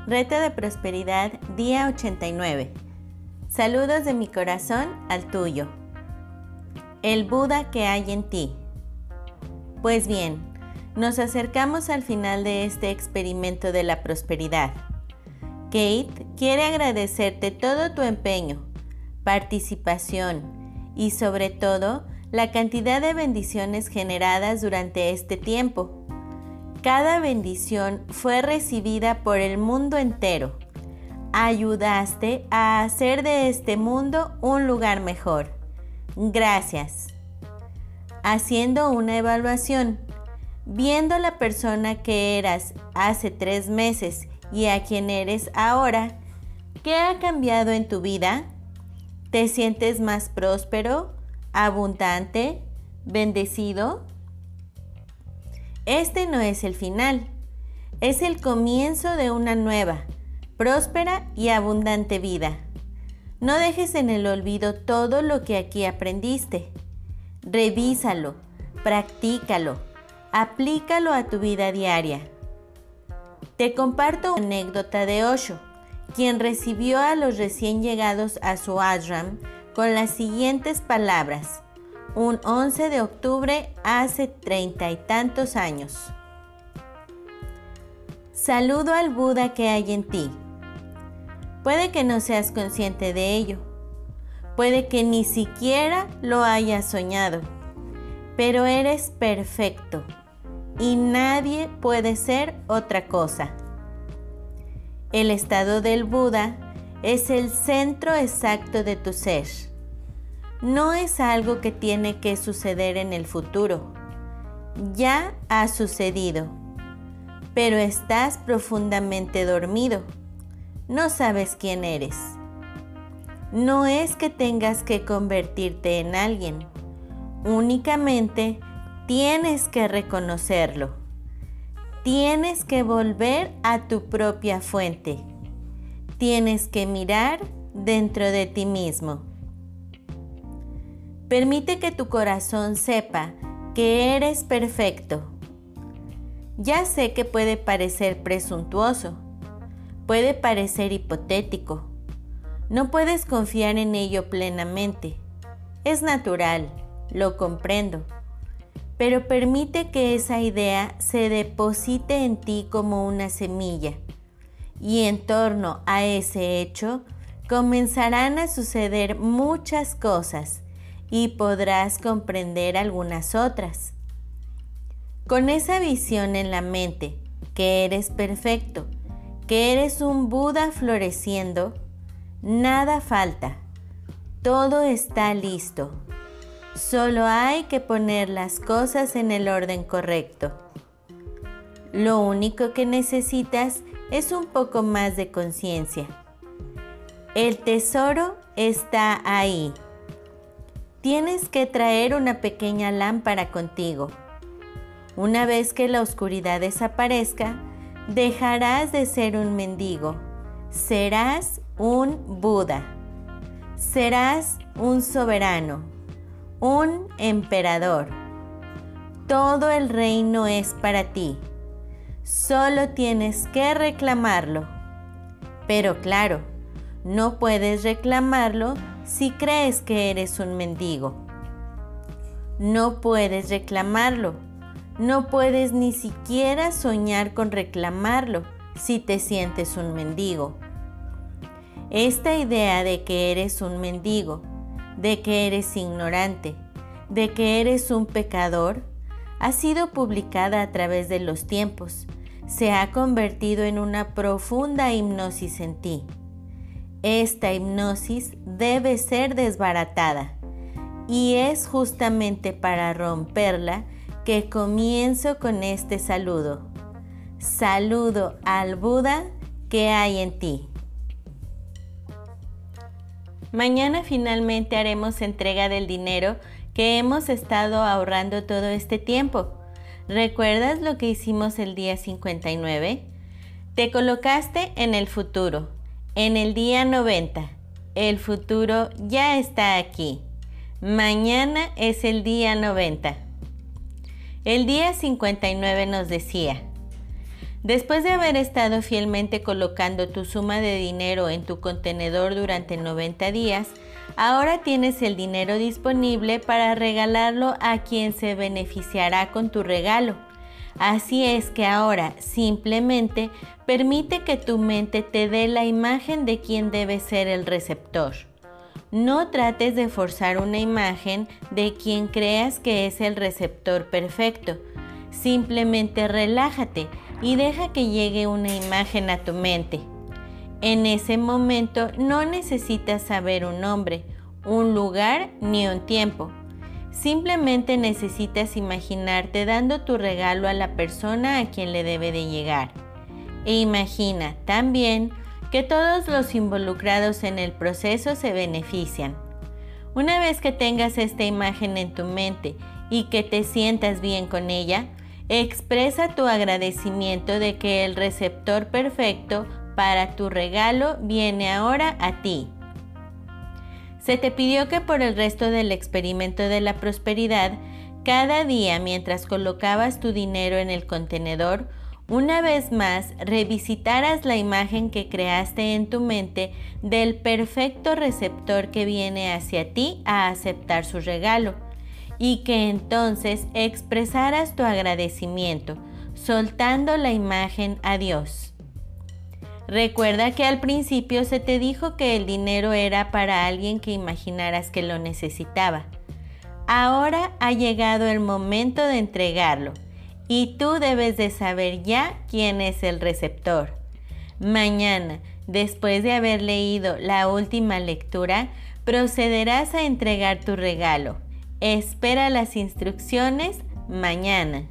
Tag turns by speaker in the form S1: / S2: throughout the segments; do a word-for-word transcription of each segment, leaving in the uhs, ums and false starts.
S1: Reto de Prosperidad, día ochenta y nueve. Saludos de mi corazón al tuyo. El Buda que hay en ti. Pues bien, nos acercamos al final de este experimento de la prosperidad. Kate quiere agradecerte todo tu empeño, participación y sobre todo la cantidad de bendiciones generadas durante este tiempo. Cada bendición fue recibida por el mundo entero. Ayudaste a hacer de este mundo un lugar mejor. Gracias. Haciendo una evaluación, viendo la persona que eras hace tres meses y a quien eres ahora, ¿qué ha cambiado en tu vida? ¿Te sientes más próspero, abundante, bendecido? Este no es el final, es el comienzo de una nueva, próspera y abundante vida. No dejes en el olvido todo lo que aquí aprendiste. Revísalo, practícalo, aplícalo a tu vida diaria. Te comparto una anécdota de Osho, quien recibió a los recién llegados a su ashram con las siguientes palabras, un once de octubre hace treinta y tantos años. Saludo al Buda que hay en ti. Puede que no seas consciente de ello, puede que ni siquiera lo hayas soñado, pero eres perfecto y nadie puede ser otra cosa. El estado del Buda es el centro exacto de tu ser. No es algo que tiene que suceder en el futuro. Ya ha sucedido, pero estás profundamente dormido. No sabes quién eres. No es que tengas que convertirte en alguien. Únicamente tienes que reconocerlo. Tienes que volver a tu propia fuente. Tienes que mirar dentro de ti mismo. Permite que tu corazón sepa que eres perfecto. Ya sé que puede parecer presuntuoso, puede parecer hipotético. No puedes confiar en ello plenamente. Es natural, lo comprendo. Pero permite que esa idea se deposite en ti como una semilla. Y en torno a ese hecho comenzarán a suceder muchas cosas y podrás comprender algunas otras. Con esa visión en la mente, que eres perfecto, que eres un Buda floreciendo, nada falta, todo está listo. Solo hay que poner las cosas en el orden correcto. Lo único que necesitas es un poco más de conciencia. El tesoro está ahí. Tienes que traer una pequeña lámpara contigo. Una vez que la oscuridad desaparezca, dejarás de ser un mendigo. Serás un Buda. Serás un soberano, un emperador. Todo el reino es para ti. Solo tienes que reclamarlo. Pero claro, no puedes reclamarlo si crees que eres un mendigo. No puedes reclamarlo. No puedes ni siquiera soñar con reclamarlo si te sientes un mendigo. Esta idea de que eres un mendigo, de que eres ignorante, de que eres un pecador, ha sido publicada a través de los tiempos. Se ha convertido en una profunda hipnosis en ti. Esta hipnosis debe ser desbaratada y es justamente para romperla que comienzo con este saludo. Saludo al Buda que hay en ti. Mañana finalmente haremos entrega del dinero que hemos estado ahorrando todo este tiempo. ¿Recuerdas lo que hicimos el día cincuenta y nueve? Te colocaste en el futuro, en el día noventa. El futuro ya está aquí. Mañana es el día noventa. El día cincuenta y nueve nos decía: Después de haber estado fielmente colocando tu suma de dinero en tu contenedor durante noventa días, ahora tienes el dinero disponible para regalarlo a quien se beneficiará con tu regalo. Así es que ahora simplemente permite que tu mente te dé la imagen de quién debe ser el receptor. No trates de forzar una imagen de quien creas que es el receptor perfecto. Simplemente relájate y deja que llegue una imagen a tu mente. En ese momento no necesitas saber un nombre, un lugar ni un tiempo. Simplemente necesitas imaginarte dando tu regalo a la persona a quien le debe de llegar. E imagina también que todos los involucrados en el proceso se benefician. Una vez que tengas esta imagen en tu mente y que te sientas bien con ella, expresa tu agradecimiento de que el receptor perfecto para tu regalo viene ahora a ti. Se te pidió que por el resto del experimento de la prosperidad, cada día mientras colocabas tu dinero en el contenedor, una vez más revisitaras la imagen que creaste en tu mente del perfecto receptor que viene hacia ti a aceptar su regalo, y que entonces expresaras tu agradecimiento, soltando la imagen a Dios. Recuerda que al principio se te dijo que el dinero era para alguien que imaginaras que lo necesitaba. Ahora ha llegado el momento de entregarlo y tú debes de saber ya quién es el receptor. Mañana, después de haber leído la última lectura, procederás a entregar tu regalo. Espera las instrucciones mañana.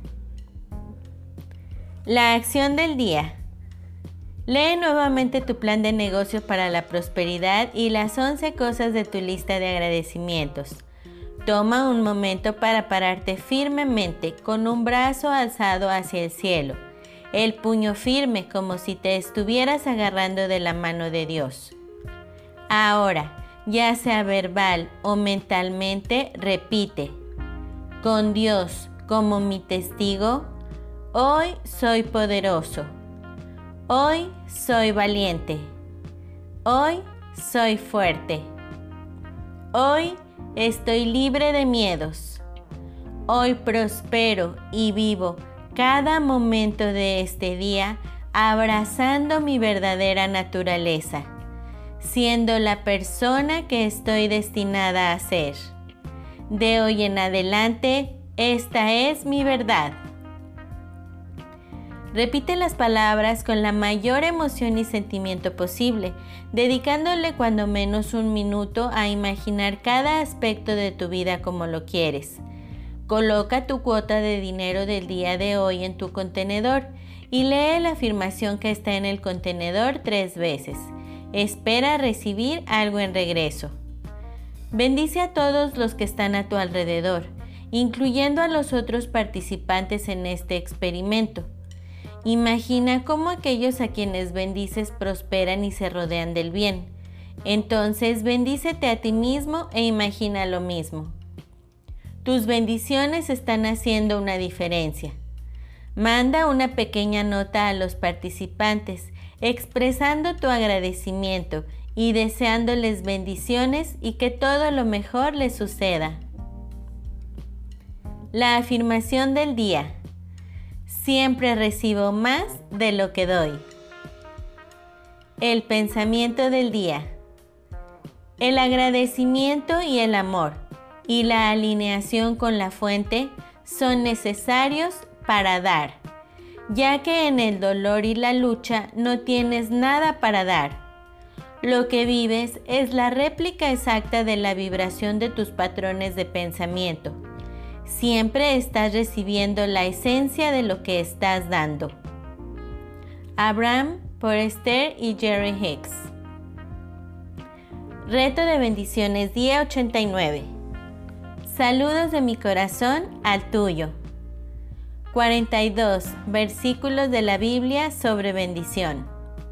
S1: La acción del día. Lee nuevamente tu plan de negocios para la prosperidad y las once cosas de tu lista de agradecimientos. Toma un momento para pararte firmemente con un brazo alzado hacia el cielo, el puño firme como si te estuvieras agarrando de la mano de Dios. Ahora, ya sea verbal o mentalmente, repite: con Dios como mi testigo, hoy soy poderoso. Hoy soy valiente. Hoy soy fuerte. Hoy estoy libre de miedos. Hoy prospero y vivo cada momento de este día abrazando mi verdadera naturaleza, siendo la persona que estoy destinada a ser. De hoy en adelante, esta es mi verdad. Repite las palabras con la mayor emoción y sentimiento posible, dedicándole cuando menos un minuto a imaginar cada aspecto de tu vida como lo quieres. Coloca tu cuota de dinero del día de hoy en tu contenedor y lee la afirmación que está en el contenedor tres veces. Espera recibir algo en regreso. Bendice a todos los que están a tu alrededor, incluyendo a los otros participantes en este experimento. Imagina cómo aquellos a quienes bendices prosperan y se rodean del bien. Entonces bendícete a ti mismo e imagina lo mismo. Tus bendiciones están haciendo una diferencia. Manda una pequeña nota a los participantes, expresando tu agradecimiento y deseándoles bendiciones y que todo lo mejor les suceda. La afirmación del día. Siempre recibo más de lo que doy. El pensamiento del día. El agradecimiento y el amor y la alineación con la fuente son necesarios para dar, ya que en el dolor y la lucha no tienes nada para dar. Lo que vives es la réplica exacta de la vibración de tus patrones de pensamiento. Siempre estás recibiendo la esencia de lo que estás dando. Abraham, por Esther y Jerry Hicks. Reto de bendiciones, día ochenta y nueve. Saludos de mi corazón al tuyo. cuarenta y dos versículos de la Biblia sobre bendición.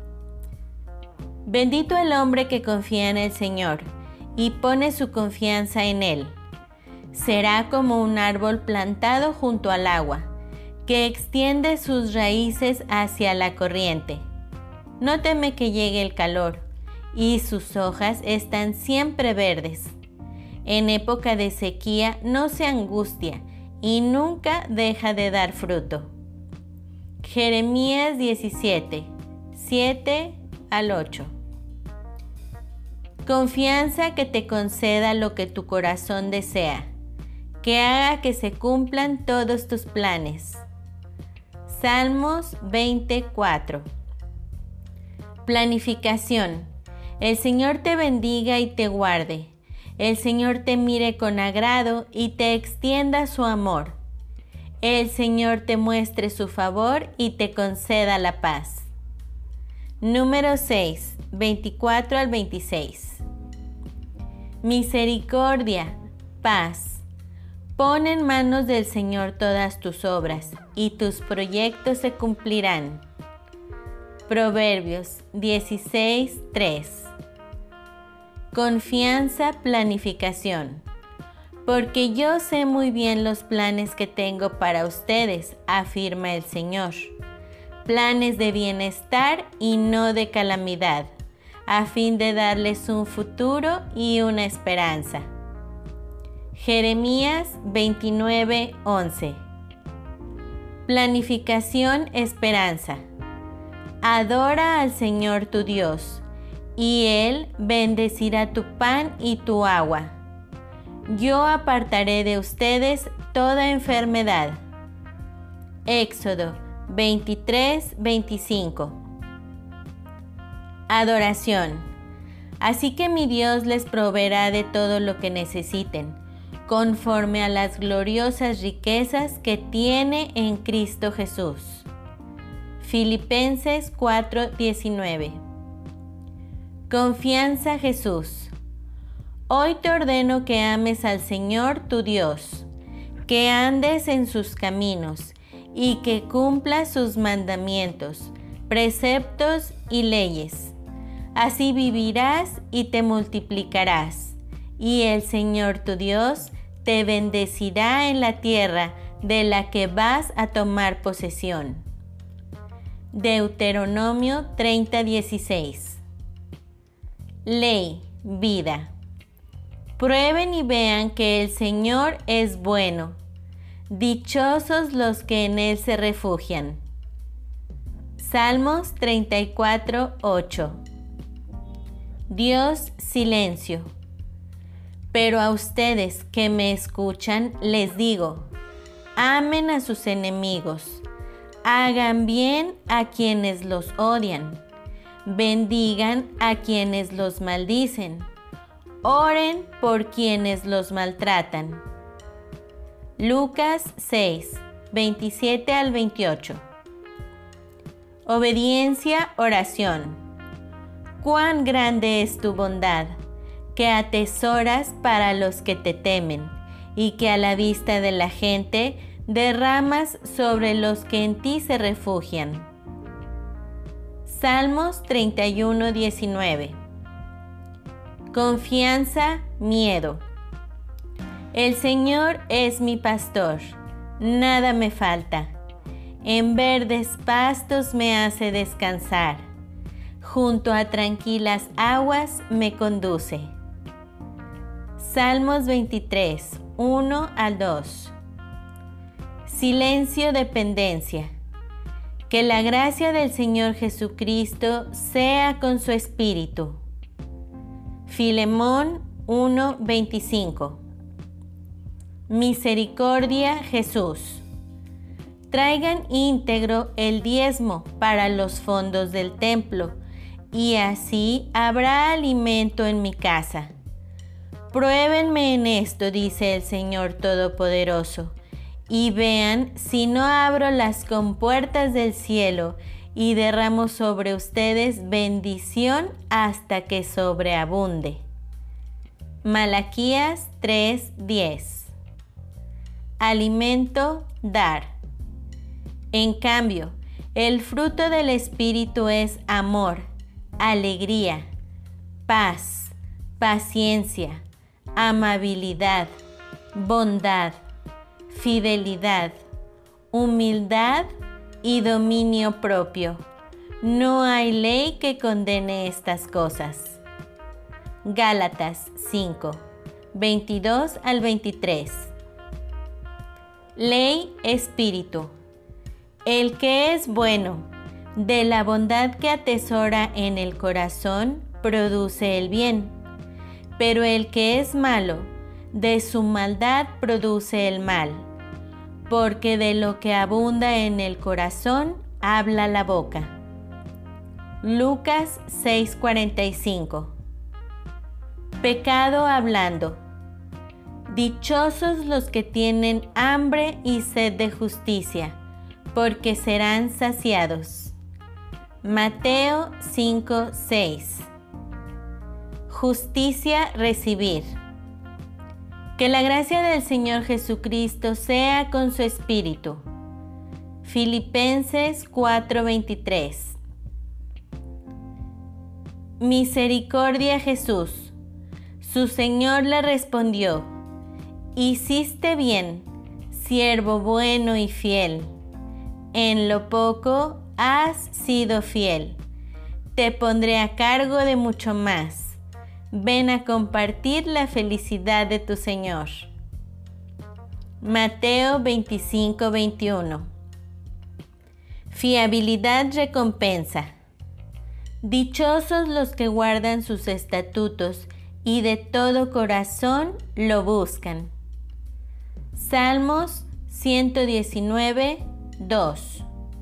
S1: Bendito el hombre que confía en el Señor y pone su confianza en Él. Será como un árbol plantado junto al agua, que extiende sus raíces hacia la corriente. No teme que llegue el calor, y sus hojas están siempre verdes. En época de sequía no se angustia y nunca deja de dar fruto. Jeremías diecisiete, siete al ocho. Confianza que te conceda lo que tu corazón desea, que haga que se cumplan todos tus planes. Salmos veinticuatro. Planificación. El Señor te bendiga y te guarde. El Señor te mire con agrado y te extienda su amor. El Señor te muestre su favor y te conceda la paz. Número seis, veinticuatro al veintiséis. Misericordia, paz. Pon en manos del Señor todas tus obras, y tus proyectos se cumplirán. Proverbios dieciséis, tres. Confianza, planificación. Porque yo sé muy bien los planes que tengo para ustedes, afirma el Señor. Planes de bienestar y no de calamidad, a fin de darles un futuro y una esperanza. Jeremías veintinueve, once. Planificación, esperanza. Adora al Señor tu Dios, y Él bendecirá tu pan y tu agua. Yo apartaré de ustedes toda enfermedad. Éxodo veintitrés, veinticinco. Adoración. Así que mi Dios les proveerá de todo lo que necesiten, conforme a las gloriosas riquezas que tiene en Cristo Jesús. Filipenses cuatro, diecinueve. Confianza, Jesús. Hoy te ordeno que ames al Señor tu Dios, que andes en sus caminos y que cumplas sus mandamientos, preceptos y leyes. Así vivirás y te multiplicarás, y el Señor tu Dios te bendecirá en la tierra de la que vas a tomar posesión. Deuteronomio treinta, dieciséis. Ley, vida. Prueben y vean que el Señor es bueno. Dichosos los que en Él se refugian. Salmos treinta y cuatro, ocho. Dios, silencio. Pero a ustedes que me escuchan les digo, amen a sus enemigos, hagan bien a quienes los odian, bendigan a quienes los maldicen, oren por quienes los maltratan. Lucas seis, veintisiete al veintiocho. Obediencia, oración. Cuán grande es tu bondad, que atesoras para los que te temen, y que a la vista de la gente derramas sobre los que en ti se refugian. Salmos treinta y uno, diecinueve. Confianza, miedo. El Señor es mi pastor, nada me falta. En verdes pastos me hace descansar, junto a tranquilas aguas me conduce. Salmos veintitrés, uno al dos. Silencio, dependencia. Que la gracia del Señor Jesucristo sea con su espíritu. Filemón uno, veinticinco. Misericordia, Jesús. Traigan íntegro el diezmo para los fondos del templo, y así habrá alimento en mi casa. Pruébenme en esto, dice el Señor Todopoderoso, y vean si no abro las compuertas del cielo y derramo sobre ustedes bendición hasta que sobreabunde. Malaquías tres, diez. Alimento, dar. En cambio, el fruto del Espíritu es amor, alegría, paz, paciencia, amabilidad, bondad, fidelidad, humildad y dominio propio. No hay ley que condene estas cosas. Gálatas cinco, veintidós al veintitrés. Ley espíritu. El que es bueno, de la bondad que atesora en el corazón, produce el bien. Pero el que es malo, de su maldad produce el mal. Porque de lo que abunda en el corazón, habla la boca. Lucas seis cuarenta y cinco. Pecado hablando. Dichosos los que tienen hambre y sed de justicia, porque serán saciados. Mateo cinco seis. Justicia recibir. Que la gracia del Señor Jesucristo sea con su espíritu. Filipenses cuatro veintitrés. Misericordia Jesús. Su Señor le respondió: hiciste bien, siervo bueno y fiel. En lo poco has sido fiel. Te pondré a cargo de mucho más. Ven a compartir la felicidad de tu Señor. Mateo veinticinco veintiuno. Fiabilidad recompensa. Dichosos los que guardan sus estatutos y de todo corazón lo buscan. Salmos ciento diecinueve, dos.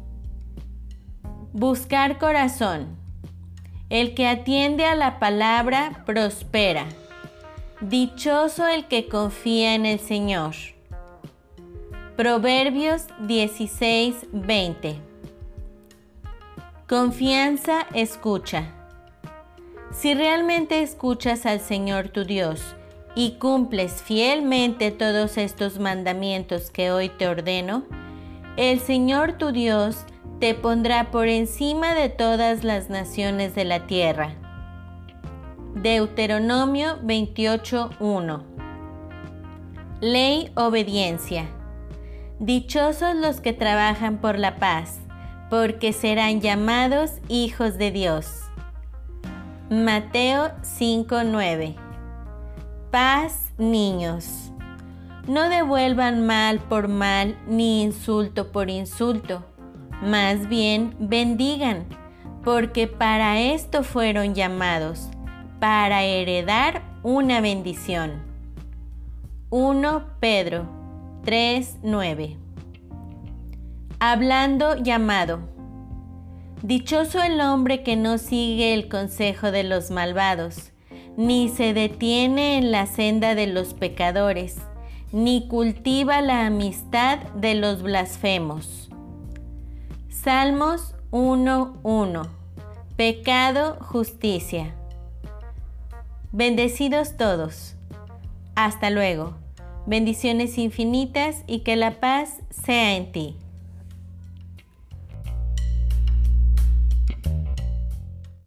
S1: Buscar corazón. El que atiende a la palabra prospera. Dichoso el que confía en el Señor. Proverbios dieciséis veinte. Confianza escucha. Si realmente escuchas al Señor tu Dios y cumples fielmente todos estos mandamientos que hoy te ordeno, el Señor tu Dios te pondrá por encima de todas las naciones de la tierra. Deuteronomio veintiocho uno. Ley obediencia. Dichosos los que trabajan por la paz, porque serán llamados hijos de Dios. Mateo cinco nueve. Paz, niños. No devuelvan mal por mal ni insulto por insulto. Más bien bendigan, porque para esto fueron llamados, para heredar una bendición. primero Pedro tres nueve. Hablando llamado. Dichoso el hombre que no sigue el consejo de los malvados, ni se detiene en la senda de los pecadores, ni cultiva la amistad de los blasfemos. Salmos uno uno. Pecado, justicia. Bendecidos todos. Hasta luego. Bendiciones infinitas y que la paz sea en ti.